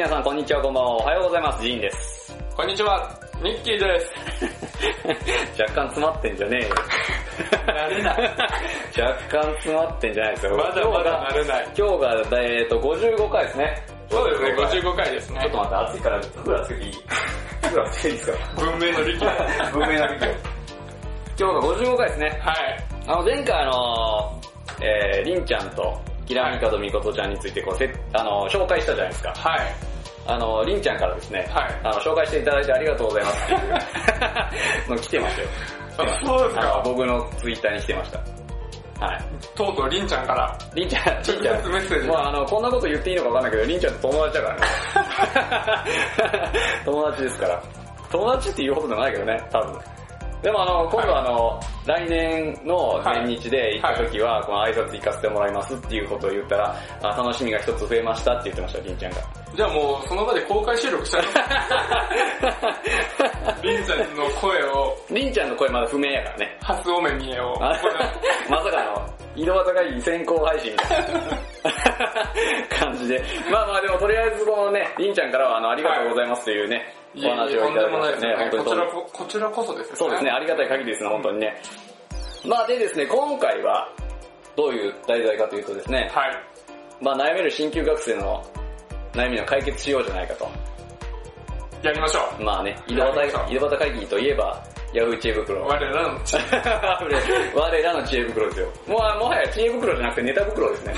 皆さんこんにちは、こんばんは、おはようございます。ジーンです。 こんにちは、ミッキーです。 若干詰まってんじゃねえよ。 慣れない。 若干詰まってんじゃないですよ。 まだまだ慣れない。 今日が、55回ですね。 そうですね、55回ですね。 ちょっと待って、暑いからクーラーつけていい？クーラーつけていいですか？ 文明の利器。 文明の利器。今日が55回ですね。 はい。 前回りんちゃんと、きらみかとみことちゃんについて紹介したじゃないですか。 はい。 りんちゃんからですね、 はい。 紹介していただいてありがとうございますっていうの来てましたよ。 そうですか。 僕のツイッターに来てました。はい。 とうとうりんちゃんから。 りんちゃん、メッセージ。まあこんなこと言っていいのかわかんないけど、りんちゃんと友達だからね。友達ですから。友達って言うほどじゃないけどね、多分。でも今度は来年の年日で行った時は、この挨拶行かせてもらいますっていうことを言ったら、楽しみが一つ増えましたって言ってました、りんちゃんが。 じゃあもうその場で公開収録したの。りんちゃんの声を。 りんちゃんの声まだ不明やからね。 初お目見えを。 まさか井戸端会議先行配信みたいな感じで。まあでもとりあえずこのね、りんちゃんからはありがとうございますというね、お話をいただきましたね。 本当にこちらこそですね。 そうですね、ありがたい限りですね、本当にね。まあでですね、今回はどういう題材かというとですね、 はい。 まあ悩める新旧学生の悩みを解決しようじゃないかと。 やりましょう。 まあね、井戸端会議といえば、ヤフー知恵袋。 我らの知恵袋ですよ。もはや知恵袋じゃなくてネタ袋ですね。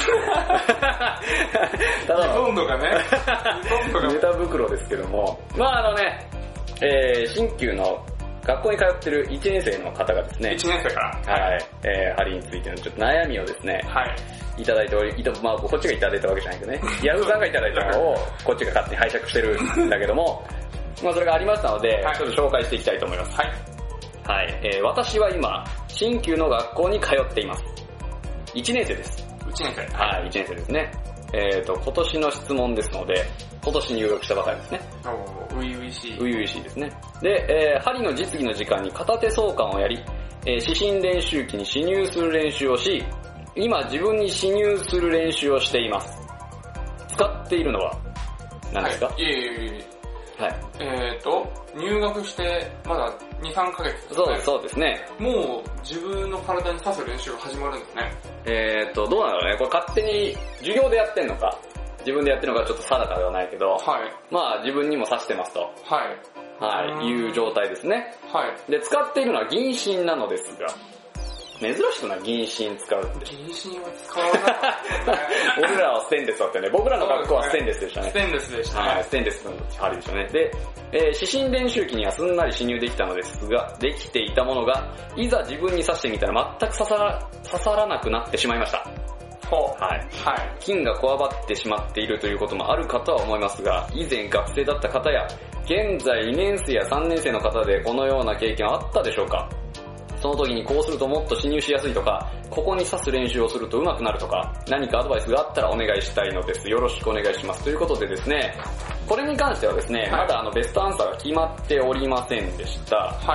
ただの。ほとんどがね。 ネタ袋ですけども。まあ新旧の学校に通ってる1年生の方がですね。 1年生から。 はい。針についてのちょっと悩みをですね。 はい。 いただいてまあこっちがいただいたわけじゃないけどね。ヤフーさんがいただいたのをこっちが勝手に拝借してるんだけども、まあそれがありましたので、ちょっと紹介していきたいと思います。 はい。 はい。私は今、新旧の学校に通っています。1年生です。 1年生。 はい、1年生ですね。今年の質問ですので、今年入学したばかりですね。 初々しい。 初々しいですね。で、針の実技の時間に片手相関をやり、指針練習機に試入する練習をし、今自分に試入する練習をしています。使っているのは何ですか？ はい。 はい。 入学してまだ2、3ヶ月ですね。 そうですね。 もう自分の体に刺す練習が始まるんですね。 どうなんだろうね。これ勝手に授業でやってんのか、自分でやってるのかちょっと定かではないけど、 はい。 まあ自分にも刺してますと。 はい。 はい、いう状態ですね。 はい。 で、使っているのは銀芯なのですが、珍しくない銀芯使うって。 銀芯は使わなかったね。 俺らはステンレスだったよね。僕らの学校はステンレスでしたね。 ステンレスでしたね。 はい、ステンレスの針でしたね。で、指針練習機にはすんなり侵入できたのですが、できていたものが、いざ自分に刺してみたら全く刺さらなくなってしまいました。 ほう。 はい。 はい。 菌がこわばってしまっているということもあるかとは思いますが、以前学生だった方や、現在2年生や3年生の方でこのような経験はあったでしょうか？その時にこうするともっと侵入しやすいとか、ここに刺す練習をすると上手くなるとか、何かアドバイスがあったらお願いしたいのです。よろしくお願いします。ということでですね、これに関してはですね、まだベストアンサーが決まっておりませんでした。 はい。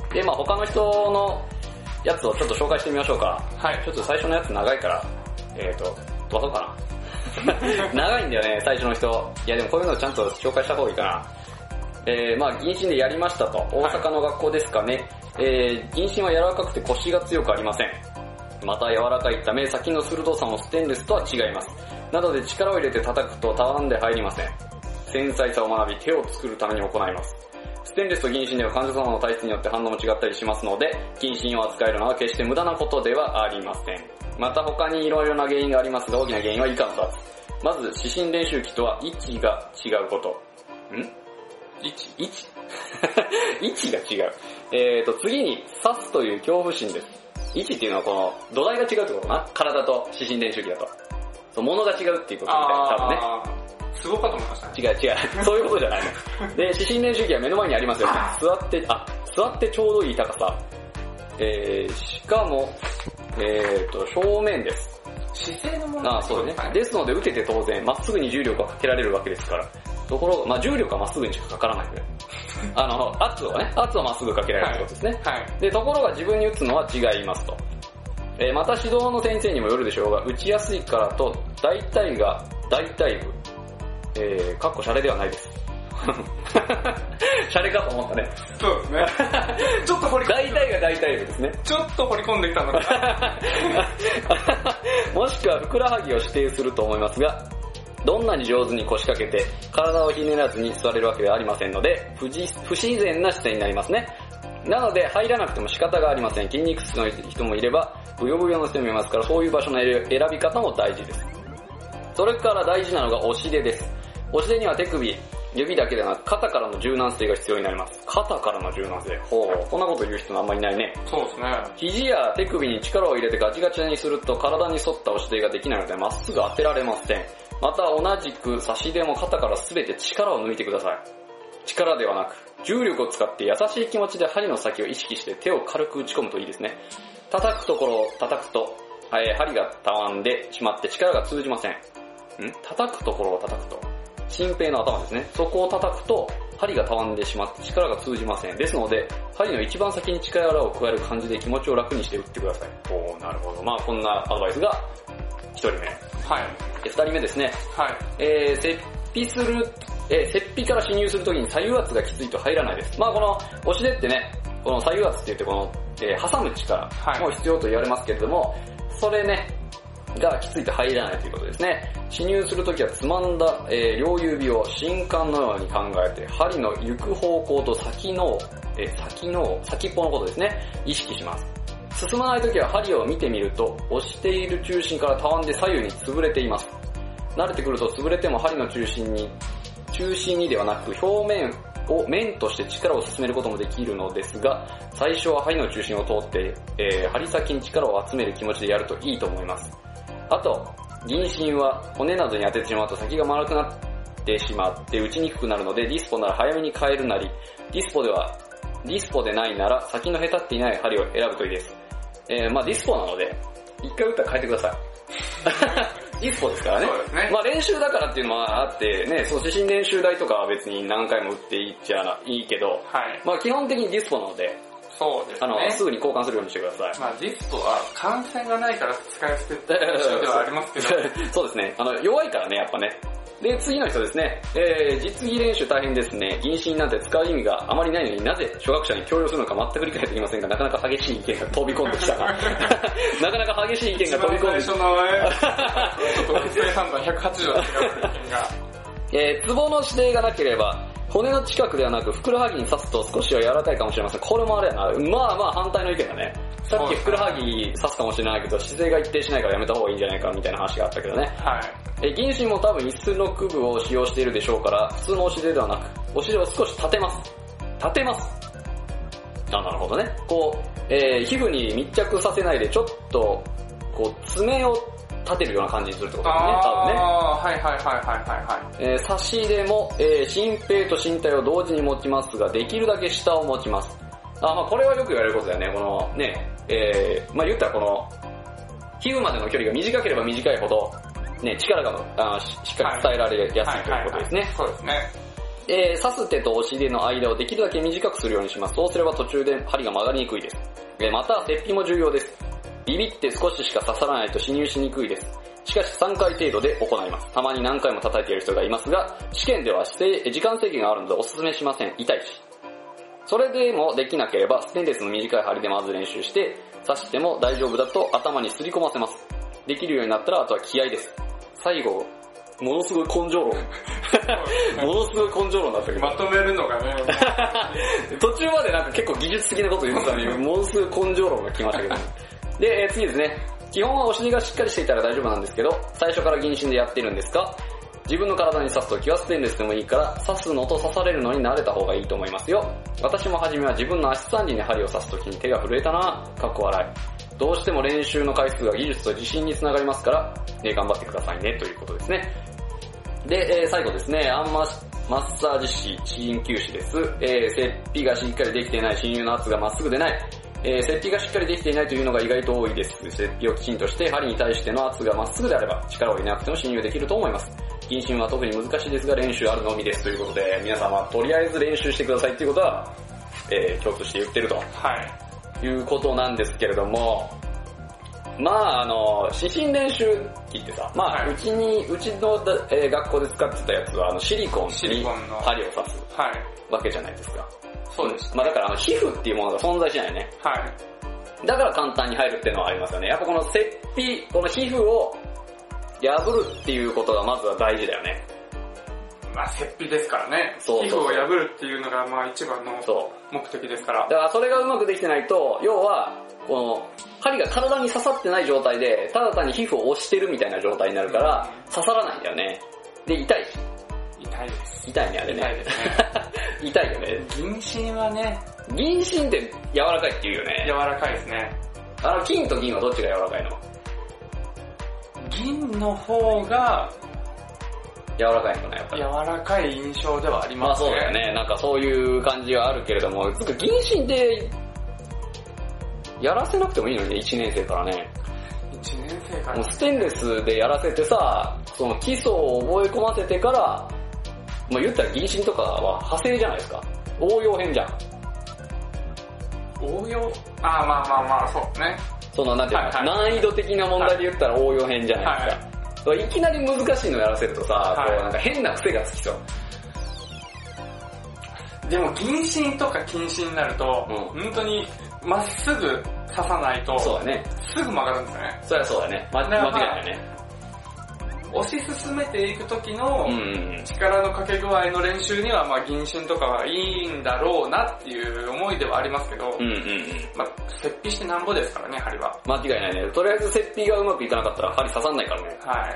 で、他の人のやつをちょっと紹介してみましょうか。 はい。 ちょっと最初のやつ長いから、飛ばそうかな。長いんだよね、最初の人。いやでもこういうのちゃんと紹介した方がいいかな。銀芯でやりましたと。大阪の学校ですかね。銀芯は柔らかくてコシが強くありません。また柔らかいため先の鋭さもステンレスとは違います。なので力を入れて叩くとたわんで入りません。繊細さを学び手を作るために行います。ステンレスと銀芯では患者様の体質によって反応も違ったりしますので、銀芯を扱えるのは決して無駄なことではありません。また他に色々な原因がありますが、大きな原因は以下の2つ。まず指針練習機とは位置が違うこと。位置位置が違う。次に刺すという恐怖心です。位置っていうのはこの土台が違うってことかな。体と指針練習機だと。物が違うっていうことみたいな、多分ね。 すごかと思いましたね。 違う。そういうことじゃないの。で、指針練習機は目の前にありますよ。座ってちょうどいい高さ。しかも、正面です。 姿勢の問題そうですね。ですので受けて当然、まっすぐに重力がかけられるわけですから。ところが、重力はまっすぐにしかかからないので。圧はまっすぐかけられるってことですね。 はい。 で、ところが自分に打つのは違いますと。また指導の先生にもよるでしょうが、打ちやすいからと、大体部、 かっこシャレではないです。シャレかと思ったね。 そうですね。ちょっと掘り込んで。 大体が大体ですね。 ちょっと掘り込んできたのかな。 もしくはふくらはぎを指定すると思いますが、どんなに上手に腰掛けて体をひねらずに座れるわけではありませんので、不自然な姿勢になりますね。なので入らなくても仕方がありません。筋肉質の人もいればブヨブヨの人もいますから、そういう場所の選び方も大事です。それから大事なのが押し出です。押し出には手首、指だけではなく肩からの柔軟性が必要になります。肩からの柔軟性。ほう、こんなこと言う人あんまりいないね。 そうですね。 肘や手首に力を入れてガチガチにすると体に沿った押し出ができないのでまっすぐ当てられません。また同じく差し出も肩からすべて力を抜いてください。力ではなく重力を使って優しい気持ちで針の先を意識して手を軽く打ち込むといいですね。叩くところを叩くと、針がたわんでしまって力が通じません。叩くところを叩くと、心平の頭ですね。そこを叩くと針がたわんでしまって力が通じません。ですので針の一番先に力を加える感じで気持ちを楽にして打ってください。おー、なるほど。まあこんなアドバイスが1人目。 はい。 2人目ですね。 はい。 接臂から侵入するときに左右圧がきついと入らないです。まあこの押し出ってね、この左右圧って言ってこの、挟む力も必要と言われますけれども、それね、がきついと入らないということですね。侵入するときはつまんだ、両指を新管のように考えて、針の行く方向と先っぽのことですね、意識します。進まないときは針を見てみると、押している中心からたわんで左右に潰れています。慣れてくると潰れても針の中心にではなく表面を面として力を進めることもできるのですが、最初は針の中心を通って、針先に力を集める気持ちでやるといいと思います。あと、銀芯は骨などに当ててしまうと先が丸くなってしまって打ちにくくなるので、ディスポなら早めに変えるなり、ディスポでないなら先のへたっていない針を選ぶといいです。まあディスポなので、一回打ったら変えてください。ディスポですからね。 そうですね。 まあ練習だからっていうのはあってね、そう指針練習台とかは別に何回も打っていいっちゃいいけど、 はい。 まあ基本的にディスポなので、 そうですね。 すぐに交換するようにしてください。 まあディスポは感染がないから使い捨てって人ではありますけど。 そうですね。弱いからね、やっぱね。で、次の人ですね。実技練習大変ですね。銀芯なんて使う意味があまりないのになぜ初学者に強要するのか全く理解できませんが、なかなか激しい意見が飛び込んできたな。なかなか激しい意見が飛び込んできた。 最初のちょっと説明判断180度違う意見が。 ツボの指定がなければ、骨の近くではなくふくらはぎに刺すと少しは柔らかいかもしれません。これもあれやな。まあまあ反対の意見だね。さっきふくらはぎ刺すかもしれないけど、姿勢が一定しないからやめた方がいいんじゃないかみたいな話があったけどね。 はい。 銀芯も多分一寸の区分を使用しているでしょうから、普通の押し出ではなく、押し出を少し立てます。なるほどね。こう、皮膚に密着させないでちょっと、こう、爪を立てるような感じにするってことですね、多分ね。差し入れも、心平と身体を同時に持ちますが、できるだけ下を持ちます。まあこれはよく言われることだよね。このね、まあ言ったらこの、皮膚までの距離が短ければ短いほど、ね、力がしっかり伝えられやすいということですね。 そうですね。 刺す手と押し出の間をできるだけ短くするようにします。そうすれば途中で針が曲がりにくいです。また、接臂も重要です。ビビって少ししか刺さらないと侵入しにくいです。しかし3回程度で行います。たまに何回も叩いている人がいますが、試験では時間制限があるのでおすすめしません。痛いし。それでもできなければ、ステンレスの短い針でまず練習して、刺しても大丈夫だと頭にすり込ませます。できるようになったら、あとは気合です。最後、ものすごい根性論。ものすごい根性論だったけど。 まとめるのがね。 途中までなんか結構技術的なこと言ってたのに、ものすごい根性論が来ましたけど。で、次ですね。基本はお尻がしっかりしていたら大丈夫なんですけど、最初から銀芯でやってるんですか？自分の体に刺すときはステンレスでもいいから刺すのと刺されるのに慣れた方がいいと思いますよ。私も初めは自分の足三里に針を刺すときに手が震えたなぁ。かっこ笑い。どうしても練習の回数が技術と自信につながりますから、頑張ってくださいねということですね。で、最後ですね、マッサージ師、鍼灸師です。接臂がしっかりできていない、侵入の圧がまっすぐ出ない。接臂がしっかりできていないというのが意外と多いです。接臂をきちんとして針に対しての圧がまっすぐであれば力を入れなくても侵入できると思います。銀芯は特に難しいですが練習あるのみですということで、皆様とりあえず練習してくださいっていうことは、共通して言ってると、いうことなんですけれども、 指針練習機ってさ、うちの学校で使ってたやつはシリコンに針を刺すわけじゃないですか。 そうです。 だから皮膚っていうものが存在しないね。 はい。 だから簡単に入るっていうのはありますよね。やっぱこのこの皮膚を破るっていうことがまずは大事だよね。 切皮ですからね。皮膚を破るっていうのが一番の目的ですから。 だからそれがうまくできてないと、要は、この針が体に刺さってない状態で、ただ単に皮膚を押してるみたいな状態になるから、刺さらないんだよね。で、痛いし。 痛いです。 痛いね、あれね。 痛いですね。 痛いよね。 銀芯はね。 銀芯って柔らかいって言うよね。 柔らかいですね。 金と銀はどっちが柔らかいの？ 銀の方が、 柔らかいのね、やっぱり。 柔らかい印象ではありますね。 そうだよね。なんかそういう感じはあるけれども、銀芯で、やらせなくてもいいのにね、1年生からね。 1年生から、 もうステンレスでやらせてさ、その基礎を覚え込ませてから、言ったら銀芯とかは派生じゃないですか。応用編じゃん。 応用？そうね。 なんていうの、難易度的な問題で言ったら応用編じゃないですか。いきなり難しいのやらせるとさ、なんか変な癖がつきそう。 でも銀芯とか金芯になると、本当にまっすぐ刺さないと、 そうだね。 すぐ曲がるんですよね。 そりゃそうだね。間違いないね。 推し進めていく時の力のかけ具合の練習には銀芯とかはいいんだろうなっていう思いではありますけど、接皮してなんぼですからね、針は。間違いないね。とりあえず接皮がうまくいかなかったら針刺さんないからね。 はい。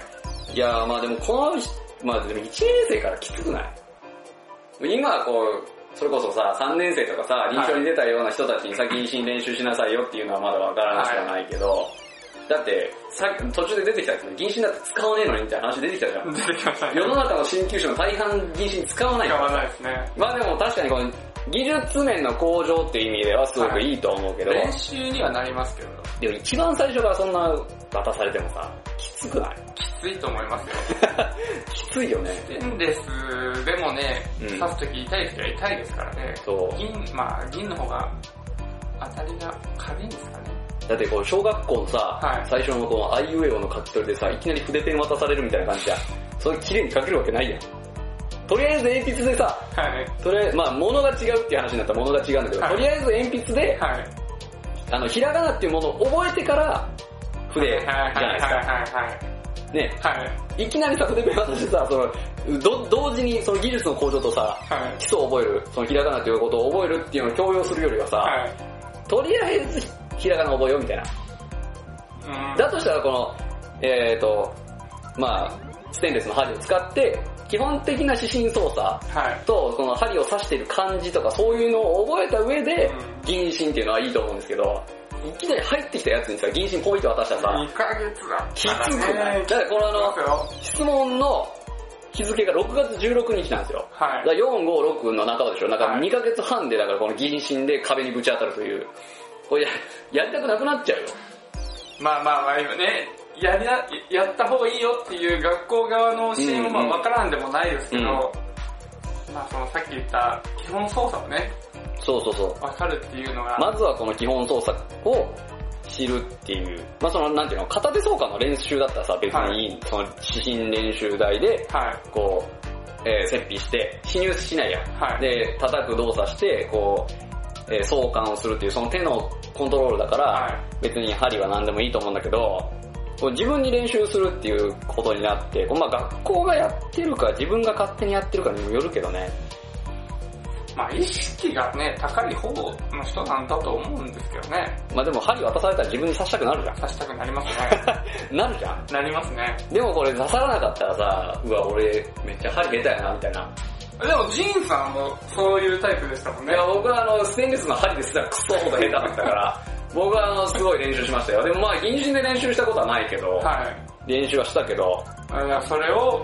いやでもでも1年生からきつくない？今それこそさ、3年生とかさ、臨床に出たような人たちに先に練習しなさいよっていうのはまだわからなくはないけど、だって途中で出てきたやつ銀芯だって使わねえのにみたいな話出てきたじゃん。 出てきましたね。 世の中の鍼灸師の大半銀芯使わないから。 使わないですね。 でも確かにこの技術面の向上っていう意味ではすごくいいと思うけど、 練習にはなりますけど。 でも一番最初からそんな渡されてもさ、きつくない？ きついと思いますよ。 きついよね。 ステンレスでもね、刺すとき痛いときは痛いですからね。銀の方が当たりが軽いんですかね。 だって小学校のさ、最初のアイウェオの書き取りでさ、いきなり筆ペン渡されるみたいな感じじゃん。それ綺麗に書けるわけないやん。とりあえず鉛筆でさ、とりあえず物が違うっていう話になったら物が違うんだけど、とりあえず鉛筆で、ひらがなっていうものを覚えてから筆じゃないですか。ね、いきなりさ、筆ペン渡してさ、同時にその技術の向上とさ、基礎を覚える、そのひらがなということを覚えるっていうのを強要するよりはさ、とりあえずひらがな覚えようみたいな。だとしたらステンレスの針を使って、基本的な指針操作と、その針を刺している感じとかそういうのを覚えた上で、銀芯っていうのはいいと思うんですけど、いきなり入ってきたやつにさ、銀芯ポイって渡したらさ、 2ヶ月だきつくない？だから質問の日付が6月16日なんですよ。だから4、5、6の半ばでしょ。だから2ヶ月半で、だからこの銀芯で壁にぶち当たるという、これやりたくなくなっちゃうよ。 今ね、やった方がいいよっていう学校側の支援もわからんでもないですけど、そのさっき言った基本操作をね、わかるっていうのが、 まずはこの基本操作を知るっていう、なんていうの、片手操作の練習だったらさ、別にその指針練習台で、接皮して、刺入しないやん。で、叩く動作して、相関をするっていう、その手のコントロールだから、別に針は何でもいいと思うんだけど、自分に練習するっていうことになって、学校がやってるか自分が勝手にやってるかにもよるけどね。 意識がね、高い方の人なんだと思うんですけどね。 でも針渡されたら自分に刺したくなるじゃん。 刺したくなりますね。 なるじゃん。 なりますね。 でもこれ刺さらなかったらさ、俺めっちゃ針下手やなみたいな。 でもジンさんもそういうタイプでしたもんね。 いや僕はステンレスの針ですらクソほど下手だったから、僕はすごい練習しましたよ。でも銀芯で練習したことはないけど、練習はしたけど、 それを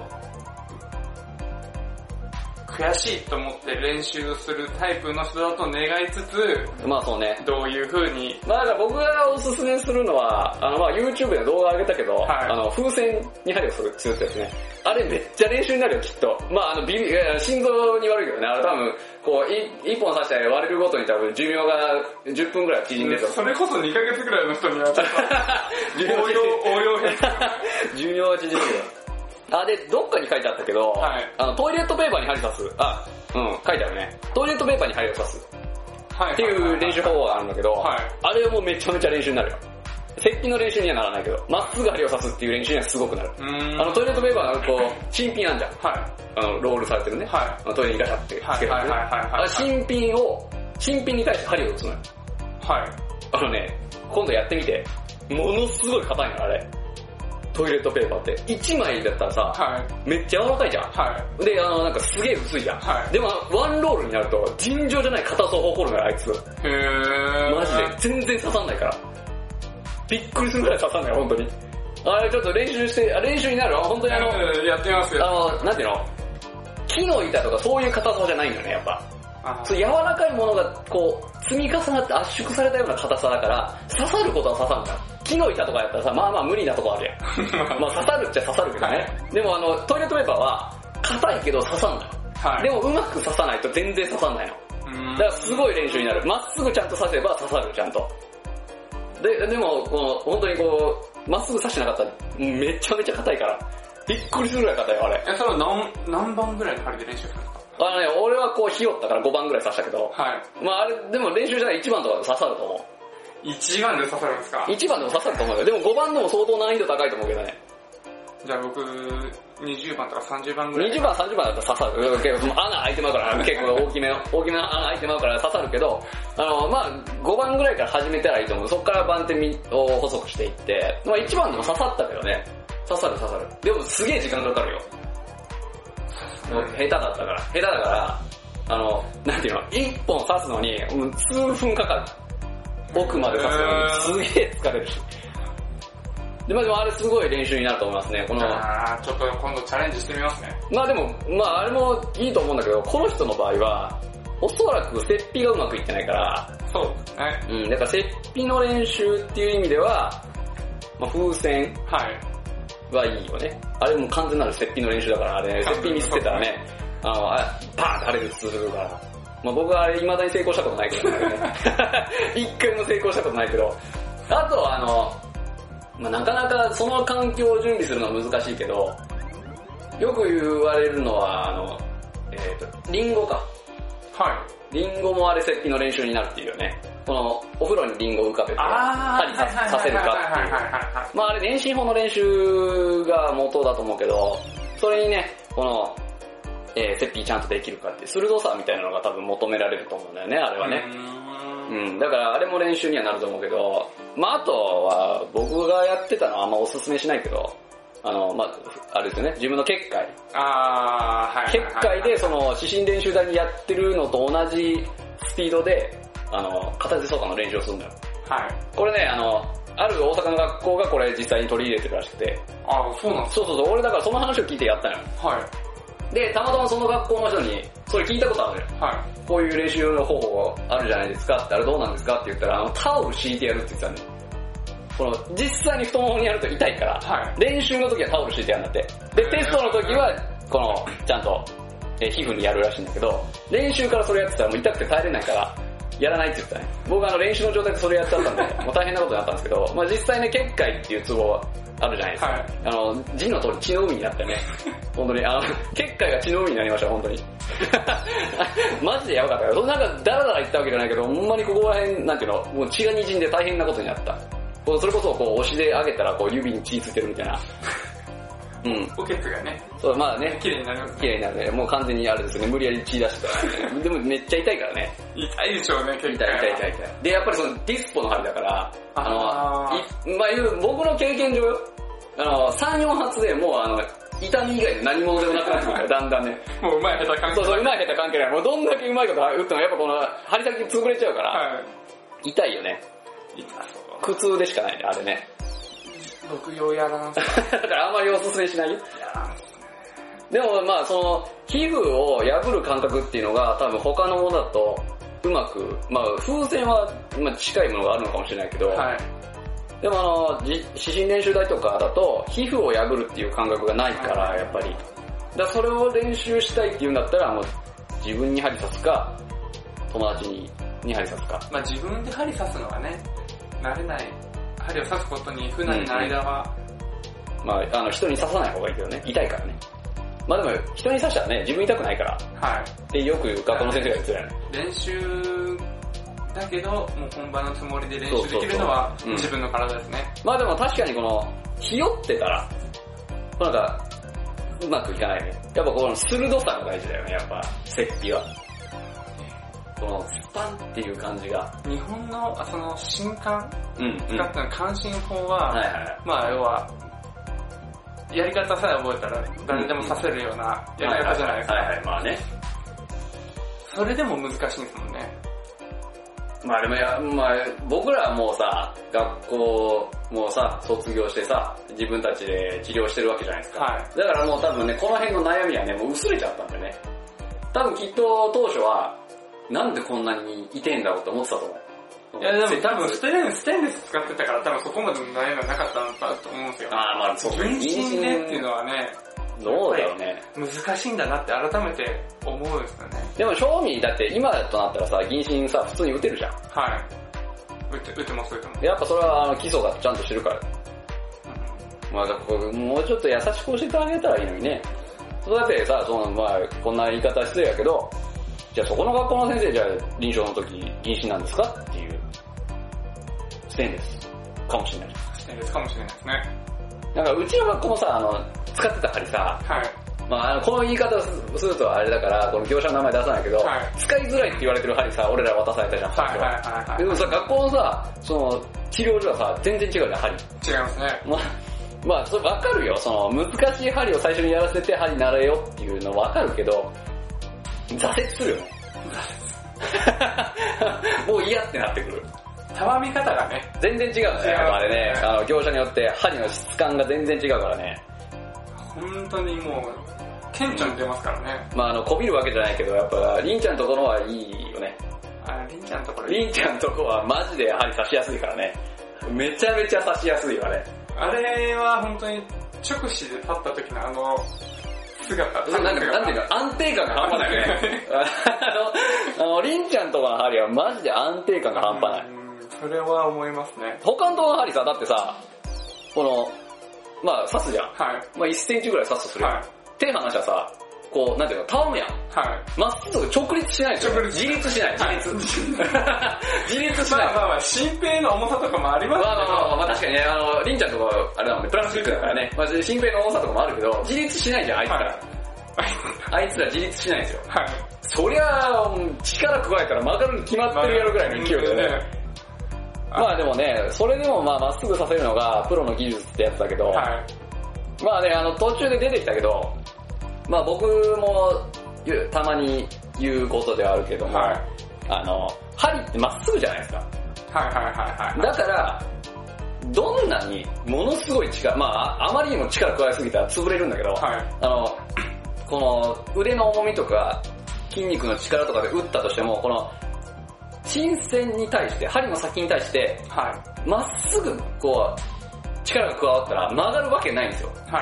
悔しいと思って練習するタイプの人だと願いつつ、 そうね。 どういう風に。 だから僕がおすすめするのは、YouTube で動画上げたけど、風船に針をするってやつね。 あれめっちゃ練習になるよ、きっと。まあ心臓に悪いけどね、多分、こう、一本刺して割れるごとに多分寿命が10分くらい縮んでると。 それこそ2ヶ月くらいの人にはちょっと、応用編。 寿命が縮んでる。で、どっかに書いてあったけど、はい、トイレットペーパーに針刺す。書いてあるね。トイレットペーパーに針を刺す。はい。っていう練習方法があるんだけど、はい、あれもめちゃめちゃ練習になるよ。接近の練習にはならないけど、まっすぐ針を刺すっていう練習にはすごくなる。トイレットペーパーがこう、新品あんじゃん。はい。ロールされてるね。はい。トイレにガシャってつける、ね。はい。新品に対して針を打つのよ。はい。今度やってみて、ものすごい硬いのあれ。トイレットペーパーって。1枚だったらさ、はい、めっちゃ柔らかいじゃん。はい。で、なんかすげえ薄いじゃん。はい。でも、ワンロールになると、尋常じゃない硬さを誇るのよ、あいつ。マジで。全然刺さんないから。びっくりするぐらい刺さんないよ、本当に。あれちょっと練習になるわ、本当にやってみますよ。 なんていうの木の板とかそういう硬さじゃないんだよね、やっぱ。そう柔らかいものがこう、積み重なって圧縮されたような硬さだから、刺さることは刺さんだよ。木の板とかやったらさ、まあ無理なとこあるやん。まあ刺さるっちゃ刺さるけどね。でもトイレットペーパーは、硬いけど刺さんだよ。はい。でもうまく刺さないと全然刺さんないの。だからすごい練習になる。まっすぐちゃんと刺せば刺さる、ちゃんと。でも、本当にこう、まっすぐ刺してなかったら、めちゃめちゃ硬いから、びっくりするぐらい硬いよ、あれ。 それは何番ぐらいの針で練習するんですか？ 俺はこう、ひよったから5番ぐらい刺したけど、はい。まああれ、でも練習じゃない1番とかで刺さると思う。 1番で刺さるんですか ？1番でも刺さると思うよ。でも5番でも相当難易度高いと思うけどね。 じゃあ僕、20番とか30番ぐらい。 20番、30番だったら刺さる。結構穴開いてまうから、結構大きめの穴開いてまうから刺さるけど、まあ5番ぐらいから始めたらいいと思う。そっから番手を細くしていって、まあ1番でも刺さったけどね。刺さる。でもすげえ時間かかるよ。下手だから、なんていうの、1本刺すのに、数分かかる。奥まで刺すのに、すげえ疲れるし。でもあれすごい練習になると思いますね。 ちょっと今度チャレンジしてみますね。 まあでも、あれもいいと思うんだけど、この人の場合は、おそらく接皮がうまくいってないから、 そうですね。 だから接皮の練習っていう意味では、風船はいいよね。あれも完全なる接皮の練習だから、あれね、接皮ミスってたらね、パーンって腫れるするから。僕はあれ未だに成功したことないけどね。一回も成功したことないけど。あとはなかなかその環境を準備するのは難しいけど、よく言われるのは、リンゴか。はい。リンゴもあれ接皮の練習になるっていうよね。お風呂にリンゴを浮かべて、針させるかっていう。あれ遠心法の練習が元だと思うけど、それにね、接皮ちゃんとできるかっていう鋭さみたいなのが多分求められると思うんだよね、あれはね。だからあれも練習にはなると思うけど、あとは僕がやってたのはあんまおすすめしないけど、あれですよね、自分の結界。結界で指針練習台にやってるのと同じスピードで、片手操作の練習をするんだよ。はい。これね、ある大阪の学校がこれ実際に取り入れてるらしくて。 そうなんですか？ そう、俺だからその話を聞いてやったのよ。はい。で、たまたまその学校の人に、それ聞いたことあるのよ。はい。こういう練習の方法あるじゃないですかって、あれどうなんですかって言ったら、タオル敷いてやるって言ってたの。実際に太ももにやると痛いから、はい、練習の時はタオル敷いてやるんだって。で、テストの時は、ちゃんと、皮膚にやるらしいんだけど、練習からそれやってたらもう痛くて耐えれないから、やらないって言ったね。僕練習の状態でそれやっちゃったんで、もう大変なことになったんですけど、実際ね、結界っていうツボあるじゃないですか。はい、字の通り血の海になってね。本当に、結界が血の海になりました、本当に。マジでやばかったよ。なんかダラダラ言ったわけじゃないけど、ほんまにここら辺、なんていうの、もう血が滲んで大変なことになった。それこそ押しで上げたら指に血ついてるみたいな。 ポケットがね。 そう、ね。 綺麗になりますね。 綺麗になるね。もう完全にあれですね、無理やり血出したらね。でもめっちゃ痛いからね。 痛いでしょうね、結構。 痛い。で、やっぱりディスポの針だから、僕の経験上よ。3、4発でもう痛み以外の何物でもなくなってくるから、だんだんね。 もう上手い下手関係ない。 そう、上手い下手関係ない。もうどんだけ上手いこと打ってもやっぱ針先潰れちゃうから、痛いよね。 痛そう。 苦痛でしかないね、あれね。 僕用やらなさい。 だからあんまりおすすめしないよ。でも皮膚を破る感覚っていうのが多分他のものだとうまく、風船は近いものがあるのかもしれないけど、はい、 でも指針練習台とかだと、皮膚を破るっていう感覚がないから、やっぱり。だからそれを練習したいっていうんだったら、もう自分に針刺すか、友達に針刺すか。 まあ自分で針刺すのはね、慣れない。針を刺すことに不慣れな間は、 まあ人に刺さない方がいいけどね。痛いからね。まあでも人に刺したらね、自分痛くないから。 はい。 ってよく学校の先生が言ってたよね。 練習だけど、もう本番のつもりで練習できるのは自分の体ですね。 まあでも確かにこの、ひよってたら、なんか、うまくいかないね。やっぱこの鋭さが大事だよね、やっぱ、接皮は。このスパンっていう感じが。 日本のその新管使ったの関心法は、まあ要は、やり方さえ覚えたら誰でも刺せるようなやり方じゃないですか。 まあね。 それでも難しいんですもんね。 まあでもまあ僕らはもうさ、学校もさ、卒業してさ、自分たちで治療してるわけじゃないですか。 はい。 だからもう多分ね、この辺の悩みはね、もう薄れちゃったんだよね。多分きっと当初は、なんでこんなに痛いんだろうって思ってたと思う。 いやでも多分ステンレス使ってたから多分そこまでの悩みはなかったのかと思うんですよ。 ああまあそう妊娠でっていうのはね、 どうだろうね。 難しいんだなって改めて思うんですよね。 でも正味だって今となったらさ、妊娠さ、普通に打てるじゃん。 はい。打てます。 やっぱそれは基礎がちゃんとしてるから。まあだからもうちょっと優しく教えてあげたらいいのにね。そうだってさ、まあこんな言い方失礼やけど、じゃあそこの学校の先生じゃあ臨床の時妊娠なんですかっていうステンレスかもしれない。 ステンレスかもしれないですね。 なんかうちの学校もさ、使ってた針さ、 はい。 まあこの言い方するとあれだから、この業者の名前出さないけど、はい、使いづらいって言われてる針さ、俺ら渡されたじゃん。 はい。 でもさ、学校のさ、その治療所はさ、全然違うじゃん、針。 違いますね。 まあそれ分かるよ。その難しい針を最初にやらせて針慣れよっていうの分かるけど、挫折するよね。もう嫌ってなってくる。 たわみ方がね。 全然違うね。あれね、業者によって針の質感が全然違うからね。 本当にもう、顕著に出ますからね。 まあこびるわけじゃないけど、やっぱ、りんちゃんのところはいいよね。 りんちゃんのところりんちゃんのところはマジで針刺しやすいからね。めちゃめちゃ刺しやすいよね。 あれは本当に直視で立った時の姿。 なんていうか安定感が半端ないよね。りんちゃんとかの針はマジで安定感が半端ない。 それは思いますね。 他のとこの針さ、だってさ、この、まあ刺すじゃん。 はい。 まあ1センチぐらい刺すとするよ。はい。手離したらさ、こう、なんていうの、たわむやん。 はい。 まっすぐ直立しないでしょ。自立しない。自立しない。 まあ、心平の重さとかもありますけど。 まあ確かにね、りんちゃんとか、あれだもんね、プラスチックだからね。まあ心平の重さとかもあるけど、自立しないじゃん、あいつら。はい、あいつら自立しないんですよ。 はい。 そりゃ、力加えたら曲がるに決まってるやろぐらいの勢いでね。まあでもね、それでもまあまっすぐさせるのがプロの技術ってやつだけど、はい、まあね、途中で出てきたけど、まあ僕もたまに言うことではあるけども、はい、針ってまっすぐじゃないですか。 はい。 だから、どんなにものすごい力、まああまりにも力加えすぎたら潰れるんだけど、はい、この腕の重みとか筋肉の力とかで打ったとしても、この針線に対して、針の先に対して、はい、まっすぐこう力が加わったら曲がるわけないんですよ。はい。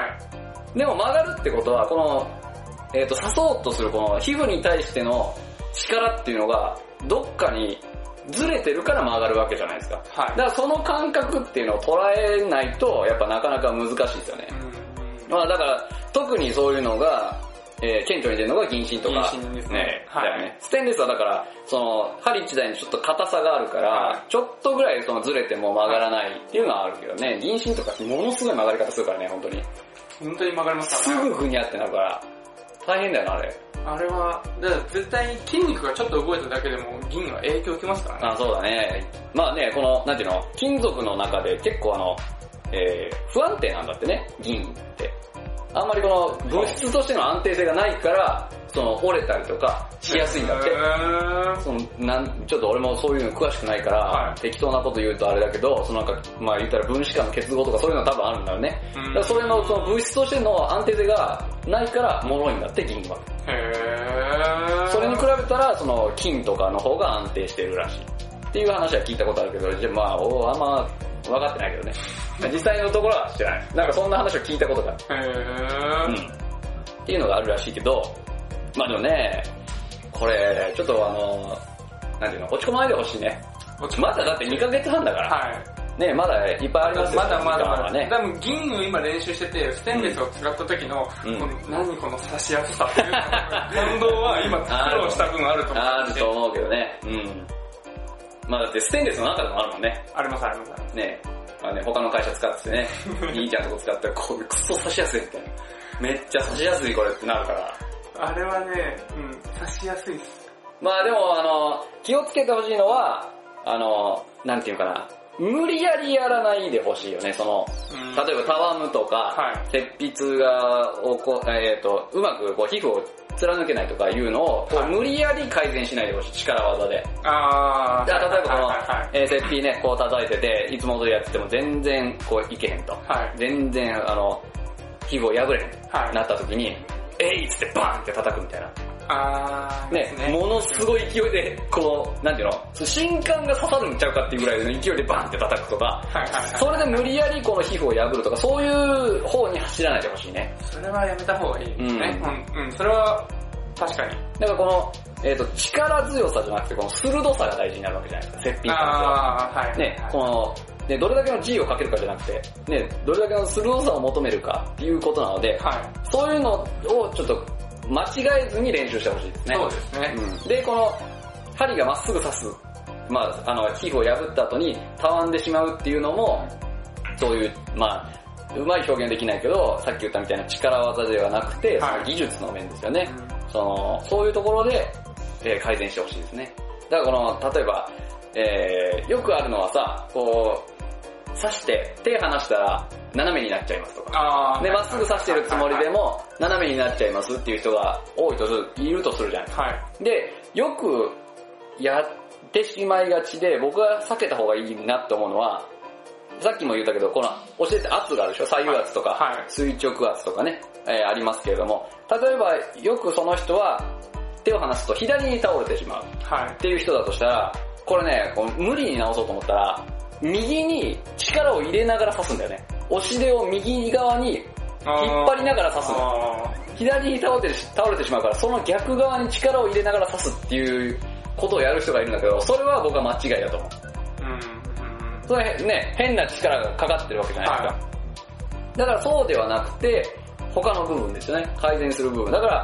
でも曲がるってことは、この刺そうとするこの皮膚に対しての力っていうのがどっかにずれてるから曲がるわけじゃないですか。はい。だからその感覚っていうのを捉えないとやっぱなかなか難しいですよね。まあだから特にそういうのが顕著に出るのが銀芯とか。 銀芯ですね。 はい。だよね。ステンレスはだから、針一台にちょっと硬さがあるから、はい、ちょっとぐらいずれても曲がらないっていうのはあるけどね、銀芯とかものすごい曲がり方するからね、本当に。 本当に曲がりますからね。すぐふにゃってなるから、大変だよな、あれ。 あれは、だから絶対に筋肉がちょっと動いただけでも銀は影響受けますからね。 あ、そうだね。まあね、この、なんていうの、金属の中で結構不安定なんだってね、銀って。あんまりこの物質としての安定性がないから、折れたりとかしやすいんだって。ちょっと俺もそういうの詳しくないから、はい、適当なこと言うとあれだけど、なんか、まあ言ったら分子間の結合とかそういうのは多分あるんだよね。だからそれの物質としての安定性がないから脆いんだって、銀は。それに比べたら、金とかの方が安定してるらしい。っていう話は聞いたことあるけど、じゃあまあ、あんま分かってないけどね。実際のところはしてない。なんかそんな話を聞いたことがある。っていうのがあるらしいけど、まあでもね、これ、ちょっとなんていうの、落ち込まないでほしいね。まだだって2ヶ月半だから。はい。ね、まだいっぱいありますよ。 まだね。多分銀を今練習してて、ステンレスを使った時の、何この差しやすさっていう感動は今苦労した分あると思う。 あると思うけどね。まあだってステンレスの中でもあるもんね。 あります。 ね、まあね、他の会社使ってね、兄ちゃんとこ使ったら、これクソ差しやすいみたいな。めっちゃ差しやすいこれってなるから。 あれはね、差しやすいっす。 まあでも気をつけてほしいのは、なんていうかな、無理やりやらないでほしいよね、例えばたわむとか、切筆がうまくこう皮膚を貫けないとかいうのを、無理やり改善しないでほしい、力技で。例えばこの、切筆ね、こう叩いてて、いつも通りやってても全然こういけへんと。全然皮膚を破れへんなった時に、えいっつってバーンって叩くみたいな。ものすごい勢いで、こう、なんていうの、心管が刺さるんちゃうかっていうぐらいの勢いでバンって叩くとか、それで無理やりこの皮膚を破るとか、そういう方に走らないでほしいね。 それはやめた方がいいですね。それは確かに。 だからこの、力強さじゃなくて、この鋭さが大事になるわけじゃないですか、切品関係は。この、どれだけの G をかけるかじゃなくて、どれだけの鋭さを求めるかっていうことなので、そういうのをちょっと、間違えずに練習してほしいですね。 そうですね。 で、この針がまっすぐ刺す、皮膚を破った後にたわんでしまうっていうのも、そういう、うまい表現できないけど、さっき言ったみたいな力技ではなくて、その技術の面ですよね。そういうところで、改善してほしいですね。だから例えば、よくあるのはさ、こう、刺して手離したら斜めになっちゃいますとか。で、まっすぐ刺してるつもりでも斜めになっちゃいますっていう人がいるとするじゃないですか。で、よくやってしまいがちで、僕が避けた方がいいなって思うのは、さっきも言ったけど、この教えて圧があるでしょ、左右圧とか、垂直圧とかね、ありますけれども、例えばよくその人は手を離すと左に倒れてしまうっていう人だとしたら、これね、無理に直そうと思ったら、右に力を入れながら刺すんだよね。押し手を右側に引っ張りながら刺すの。左に倒れてしまうから、その逆側に力を入れながら刺すっていうことをやる人がいるんだけど、それは僕は間違いだと思う。それね、変な力がかかってるわけじゃないですか。だからそうではなくて、他の部分ですよね。改善する部分。だから、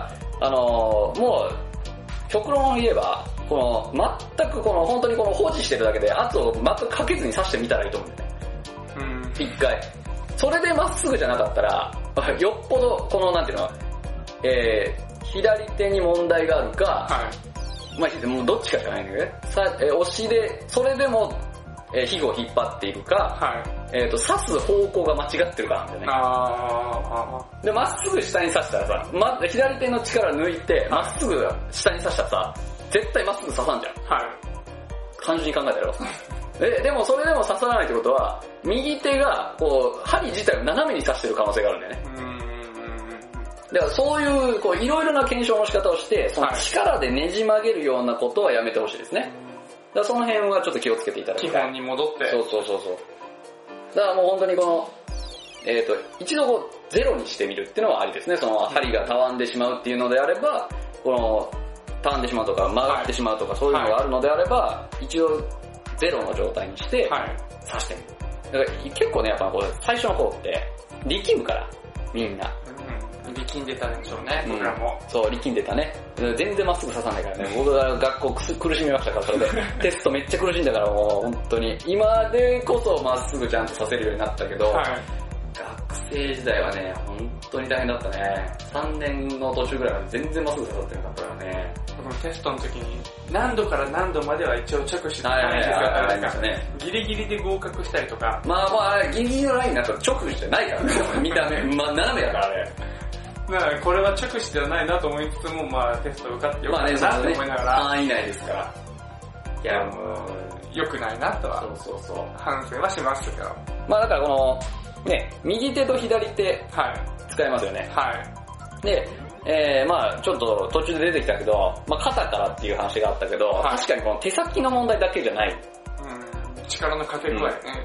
もう、極論を言えば、全く本当に保持してるだけで圧を全くかけずに刺してみたらいいと思うんだよね。一回。それでまっすぐじゃなかったら、よっぽど、なんていうの、左手に問題があるか、もうどっちかしかないんだけどね。押しで、それでも、皮膚を引っ張っているか、刺す方向が間違ってるかなんだよね。で、まっすぐ下に刺したらさ、左手の力抜いて、まっすぐ下に刺したらさ、絶対まっすぐ刺さんじゃん。単純に考えたら。でもそれでも刺さらないってことは、右手が、針自体を斜めに刺してる可能性があるんだよね。だからそういう、いろいろな検証の仕方をして、その力でねじ曲げるようなことはやめてほしいですね。だからその辺はちょっと気をつけていただきたい。 基本に戻って。 そう。だからもう本当に一度ゼロにしてみるっていうのはありですね。針がたわんでしまうっていうのであれば、たわんでしまうとか曲がってしまうとかそういうのがあるのであれば、一度ゼロの状態にして刺してみる。だから結構ね、やっぱ最初の方って力むから、みんな。 力んでたんでしょうね、僕らも。 そう、力んでたね。全然まっすぐ刺さないからね。僕が学校苦しみましたから、それで。テストめっちゃ苦しんだからもう本当に。今でこそまっすぐちゃんと刺せるようになったけど、学生時代はね、本当に大変だったね。3年の途中ぐらいまで全然まっすぐ刺さってなかったからね。 テストの時に何度から何度までは一応着手してたんですが、ギリギリで合格したりとか。 ギリギリのラインになったら直手じゃないからね。見た目、斜めだからね。 だからこれは直視ではないなと思いつつも、テスト受かってよかったなと思いながら。 範囲内ですから。 いや、もう、良くないなとは。反省はしますけど。 だから右手と左手、使いますよね。で、ちょっと途中で出てきたけど、肩からっていう話があったけど、確かにこの手先の問題だけじゃない。 力のかけ具合ね。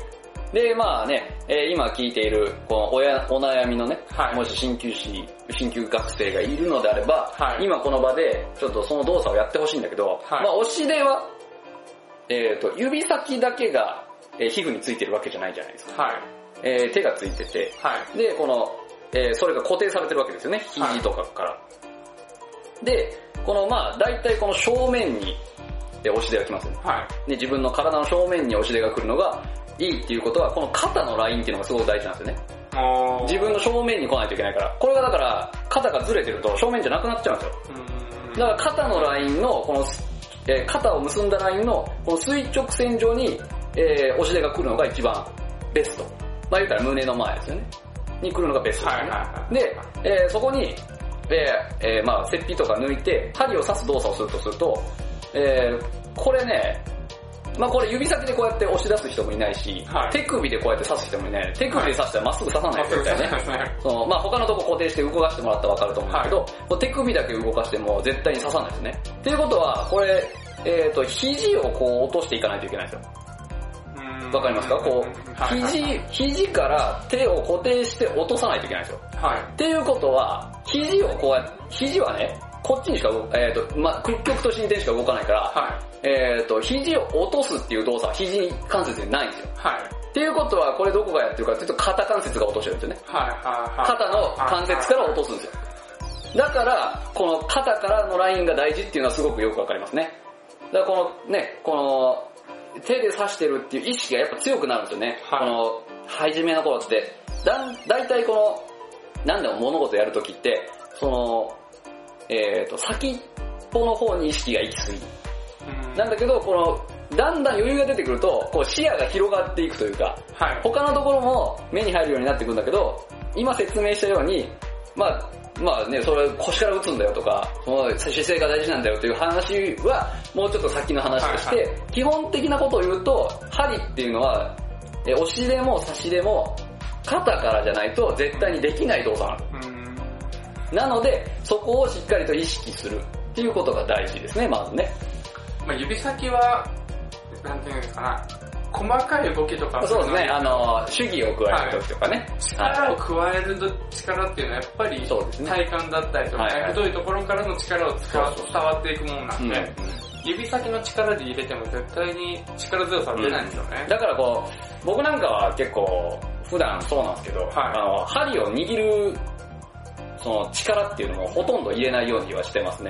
で、まあね、今聞いている、このお悩みのね、もし鍼灸学生がいるのであれば、今この場で、ちょっとその動作をやってほしいんだけど、まあ押し出は、指先だけが、皮膚についてるわけじゃないじゃないですか。手がついてて、で、この、それが固定されてるわけですよね、肘とかから。で、このまあ、大体この正面に、押し出が来ますよね。で、自分の体の正面に押し出が来るのがいいっていうことは、この肩のラインっていうのがすごく大事なんですよね。自分の正面に来ないといけないから。これがだから、肩がずれてると正面じゃなくなっちゃうんですよ。だから肩のラインの、この、肩を結んだラインの、この垂直線上に、押し出が来るのが一番ベスト。まあ言うたら胸の前ですよね。に来るのがベストですね。で、そこに、まあ、切皮とか抜いて、針を刺す動作をするとすると、これね、まあこれ指先でこうやって押し出す人もいないし、手首でこうやって刺す人もいない。手首で刺したらまっすぐ刺さないとみたいね。まあ他のとこ固定して動かしてもらったらわかると思うんだけど、手首だけ動かしても絶対に刺さないですね。っていうことは、これ、肘をこう落としていかないといけないんですよ。わかりますか？こう、肘から手を固定して落とさないといけないんですよ。っていうことは、肘をこうやって、肘はね、こっちにしかまあ、屈曲と伸展しか動かないから、肘を落とすっていう動作は肘関節にないんですよ。っていうことは、これどこがやってるかっていうと、肩関節が落としてるんですよね。肩の関節から落とすんですよ。だから、この肩からのラインが大事っていうのはすごくよくわかりますね。だからこのね、この、手で刺してるっていう意識がやっぱ強くなるんですよね。この、初めの頃って。だいたいこの、何でも物事やるときって、その、先っぽの方に意識が行き過ぎ。なんだけど、この、だんだん余裕が出てくると、こう視野が広がっていくというか、他のところも目に入るようになってくるんだけど、今説明したように、まあね、それ腰から打つんだよとか、その姿勢が大事なんだよという話は、もうちょっと先の話として、基本的なことを言うと、針っていうのは、押し出も差し出も、肩からじゃないと絶対にできない動作なので、そこをしっかりと意識するっていうことが大事ですね、まずね。 まあ、指先は、なんていうんですかな、細かい動きとかそうですね、手技を加える時とかね。 力を加える力っていうのはやっぱり体幹だったりとか、太いところからの力を伝わっていくものなんで、指先の力で入れても絶対に力強さは出ないんですよね。 だからこう、僕なんかは結構普段そうなんですけど、針を握るその力っていうのもほとんど入れないようにはしてますね。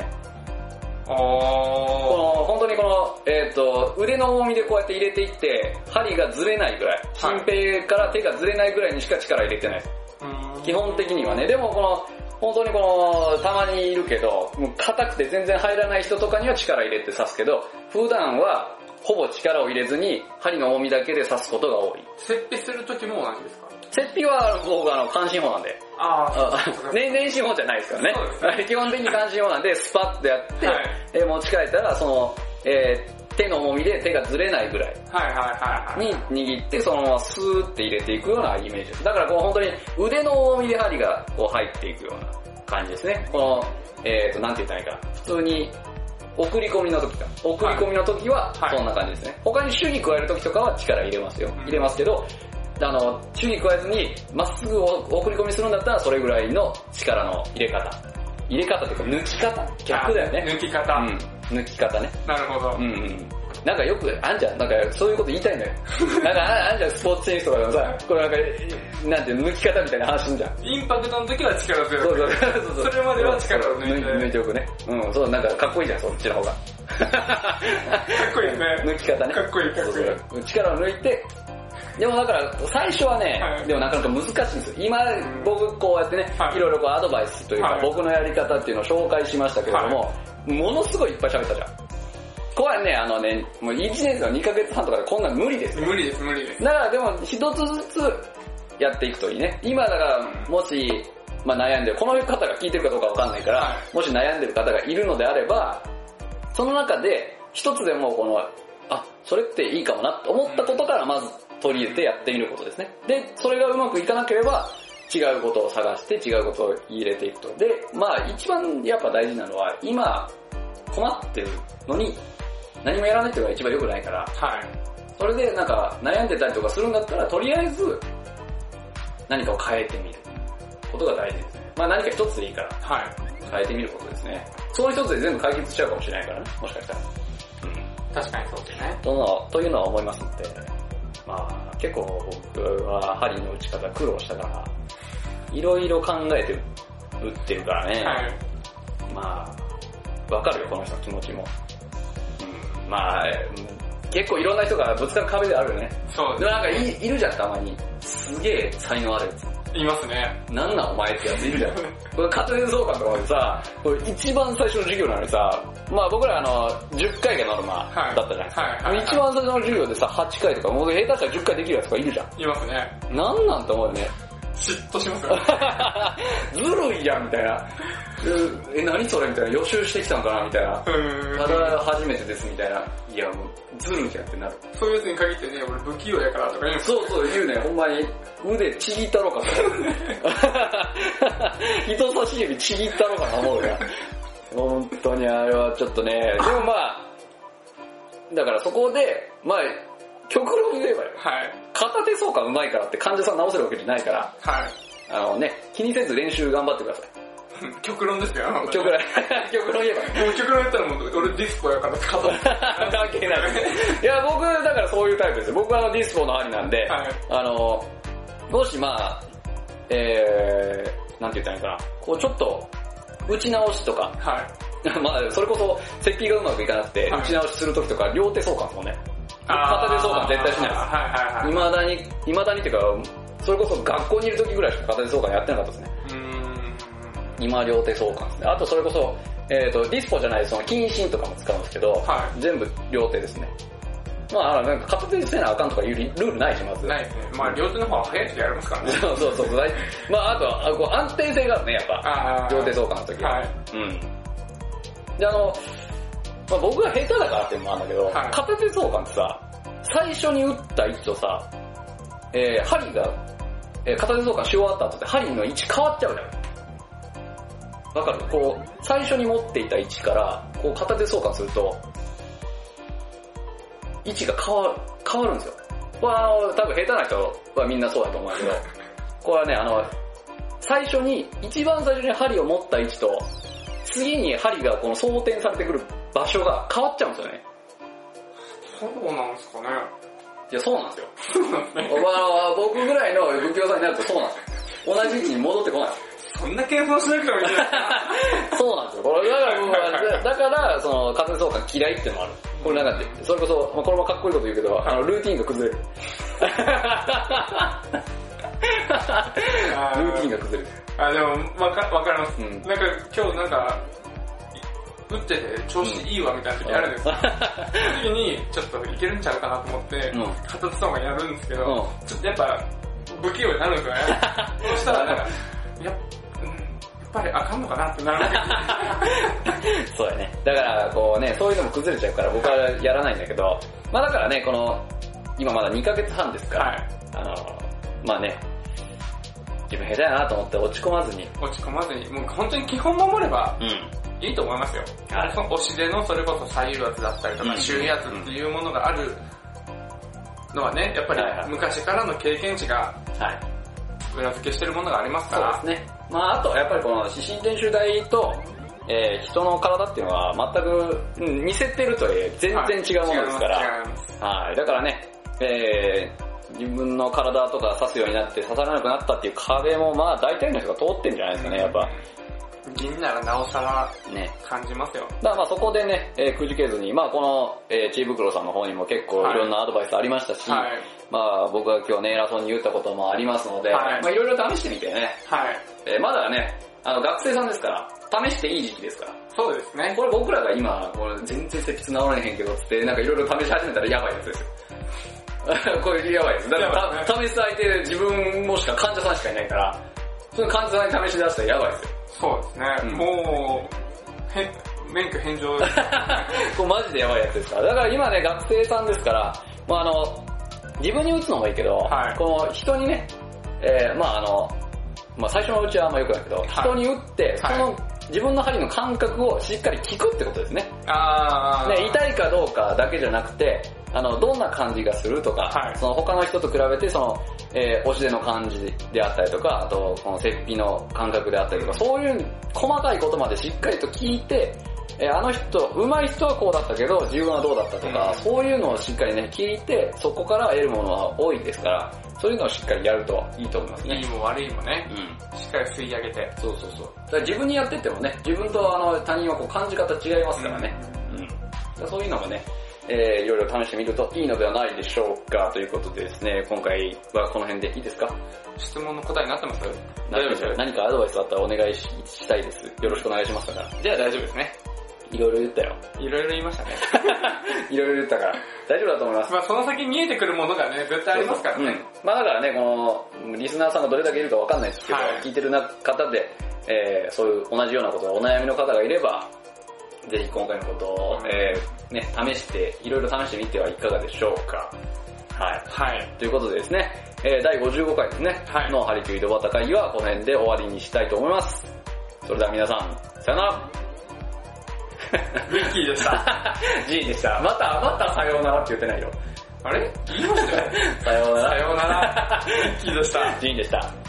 本当にこの、腕の重みでこうやって入れていって、針がずれないぐらい、心平から手がずれないぐらいにしか力入れてないです。基本的にはね。でもこの、本当にこの、たまにいるけど、もう硬くて全然入らない人とかには力入れて刺すけど、普段はほぼ力を入れずに、針の重みだけで刺すことが多い。 切皮するときも同じですか？ 切皮は僕関心法なんで。年始法じゃないですからね。基本的に関心法なんで、スパッとやって、持ち帰ったら、その、手の重みで手がずれないぐらいに握って、そのままスーって入れていくようなイメージです。だからこう本当に腕の重みで針がこう入っていくような感じですね。この、なんて言ったらいいか。普通に、送り込みの時はそんな感じですね。他に手技加える時とかは力入れますよ。入れますけど、手技加えずにまっすぐ送り込みするんだったらそれぐらいの力の入れ方というか抜き方逆だよね。 抜き方。 抜き方ね。 なるほど。 なんかよく、あんじゃん、なんかそういうこと言いたいのよ。なんかあんじゃん、スポーツ選手とかでもさ、これなんか、なんていう抜き方みたいな話すんじゃん。 インパクトの時は力強く。そう。それまでは力を抜いておくね。そう、なんかかっこいいじゃん、そっちの方が。 かっこいいね。 抜き方ね。 かっこいい。 力を抜いて、でもだから最初はね、でもなかなか難しいんですよ。今僕こうやってね、いろいろこうアドバイスというか、僕のやり方っていうのを紹介しましたけれども、ものすごいいっぱい喋ったじゃん。これね、もう1年生の2ヶ月半とかでこんなん無理ですよ。 無理です。 だからでも一つずつやっていくといいね。今だからもし、悩んでる、この方が聞いてるかどうかわかんないから、もし悩んでる方がいるのであれば、その中で一つでもこの、それっていいかもなと思ったことからまず取り入れてやってみることですね。で、それがうまくいかなければ、違うことを探して違うことを入れていくと。で、一番やっぱ大事なのは、今困ってるのに何もやらないっていうのが一番良くないから、 それでなんか悩んでたりとかするんだったら、とりあえず何かを変えてみることが大事ですね。まあ何か一つでいいから、はい、変えてみることですね。その一つで全部解決しちゃうかもしれないからね、もしかしたら。 確かにそうですね。 というのは思いますので、まあ結構僕は針の打ち方苦労したから、いろいろ考えて打ってるからね。はい、まあわかるよ、この人の気持ちも。まあ結構いろんな人がぶつかる壁であるよね。そうですね。でもなんかいるじゃん、たまに。すげえ才能あるやつ。 いますね。 なんなんお前ってやついるじゃん。これ家庭総監とかでさ、これ一番最初の授業なのにさ、まあ僕ら10回がノルマだったじゃないですか。はいはいはいはい、一番最初の授業でさ、8回とか、もう下手したら10回できるやつとかいるじゃん。 いますね。 なんなんて思うよね。 嫉妬しますよね。 ずるいやんみたいな。何それみたいな。予習してきたんかなみたいな。ただ初めてですみたいな。いやもうずるいじゃんってなる。 そういうやつに限ってね、俺不器用やからとか言う。 そうそう言うね。ほんまに腕ちぎったろかと。人差し指ちぎったろかと思うやん。本当にあれはちょっとね。でもまあ、だからそこで、まあ、極論言えばよ。はい。片手相関上手いからって患者さん治せるわけじゃないから。はい。気にせず練習頑張ってください。 極論ですよ。 極論言えばね。 極論言ったらもう俺ディスポやから片手。 関係ない。いや僕だからそういうタイプですよ。僕はディスポの針なんで、はい、もしまあ、なんて言ったらいいかな。こうちょっと、打ち直しとか。はい。まあそれこそ、接近がうまくいかなくて、打ち直しするときとか、両手相関ですもんね。片手相関絶対しないです。はいはいはい。未だにっていうか、それこそ学校にいる時ぐらいしか片手相関やってなかったですね。今両手相関ですね。あとそれこそ、ディスポじゃないその近心とかも使うんですけど、はい、全部両手ですね。まあなんか片手にせなあかんとかいうルールないし、まず。ないですね。まあ両手の方が早い時やりますからね。そうそうそう。まああとはこう安定性があるね、やっぱ。両手相関の時は。はい。うん。でまあ、僕が下手だからっていうのもあるんだけど、はい、片手相関ってさ、最初に打った位置とさ、針が、片手相関し終わった後って針の位置変わっちゃうじゃん。わかる？こう、最初に持っていた位置から、こう片手相関すると、位置が変わるんですよ。これは多分下手な人はみんなそうだと思うんだけど、これはね、一番最初に針を持った位置と、次に針がこの装填されてくる場所が変わっちゃうんですよね。 そうなんですかね。 いや、そうなんですよ。僕ぐらいの不器用さになるとそうなんですよ。同じ位置に戻ってこない。 そんな謙遜しなくてもいいじゃないですか。 そうなんですよ。これだからその片手相関嫌いっていうのもある。これなんかそれこそ、これもかっこいいこと言うけど、ルーティンが崩れる。ルーティンが崩れる。 でもわかります。なんか今日なんか打ってて調子いいわみたいな時あるんですよ。その時にちょっといけるんちゃうかなと思って片手相関やるんですけど、ちょっとやっぱ不器用になるんですよね。そしたらなんかやっぱりあかんのかなってなるわけ。 そうやね。だからこうね、そういうのも崩れちゃうから僕はやらないんだけど、まあだからね、この今まだ2ヶ月半ですから、はい、まあね、自分下手やなと思って落ち込まずに、 もう本当に基本守ればいいと思いますよ。その押し出のそれこそ左右圧だったりとか周囲圧っていうものがあるのはね、やっぱり昔からの経験値が裏付けしてるものがありますから。 そうですね。まああとやっぱりこの指針練習台と、人の体っていうのは全く、似せてるとはいえ全然違うものですから。はい。だからね、自分の体とか刺すようになって刺さらなくなったっていう壁もまあ大体の人が通ってるんじゃないですかね、やっぱ。 銀ならなおさらね感じますよ。 だからまあそこでね、くじけずに、まあこの、知恵袋さんの方にも結構いろんなアドバイスありましたし、はい、まあ僕が今日ね偉そうに言ったこともありますので、はい、まあいろいろ試してみてね、はい、まだね、学生さんですから、試していい時期ですから。 そうですね。 これ僕らが今、これ全然接筆直らへんけどつって、なんかいろいろ試し始めたらやばいやつですよ。これやばいです。だから、試す相手自分もしか患者さんしかいないから、その患者さんに試し出したらやばいですよ。 そうですね。もう、免許返上。 これマジでやばいやつですから。だから今ね、学生さんですから、まあ自分に打つのもいいけど、はい、この人にね、まあ最初のうちはあんま良くないけど、はい、人に打って、その自分の針の感覚をしっかり聞くってことですね。ね、痛いかどうかだけじゃなくて、 どんな感じがするとか、 はい、 その他の人と比べて押し出の感じであったりとか、あとこの接皮の感覚であったりとか、そういう細かいことまでしっかりと聞いて、あの人、上手い人はこうだったけど、自分はどうだったとか、そういうのをしっかりね、聞いて、そこから得るものは多いですから、そういうのをしっかりやるといいと思いますね。 いいも悪いもね、しっかり吸い上げて。 そう。だから自分にやってってもね、自分と他人はこう感じ方違いますからね。そういうのもね、いろいろ試してみるといいのではないでしょうかということでですね、今回はこの辺でいいですか？ 質問の答えになってます？ 大丈夫ですよ。何かアドバイスあったらお願いしたいです。よろしくお願いしますから。 じゃあ大丈夫ですね。 いろいろ言ったよ。 いろいろ言いましたね。 いろいろ言ったから大丈夫だと思います。 まあその先見えてくるものがね、絶対ありますからね。 まあだからね、このリスナーさんがどれだけいるかわかんないですけど、聞いてる方で、そういう同じようなことがお悩みの方がいれば、ぜひ今回のことを、試して、いろいろ試してみてはいかがでしょうか。はい。ということでですね、第55回ですね、のハリキュー井戸端会議はこの辺で終わりにしたいと思います。それでは皆さん、さよなら。 ルッキーでした。 G でした。またさようならって言ってないよ。 あれ言いましたよ。 さようなら。 さようなら。ルッキーでした。 G でした。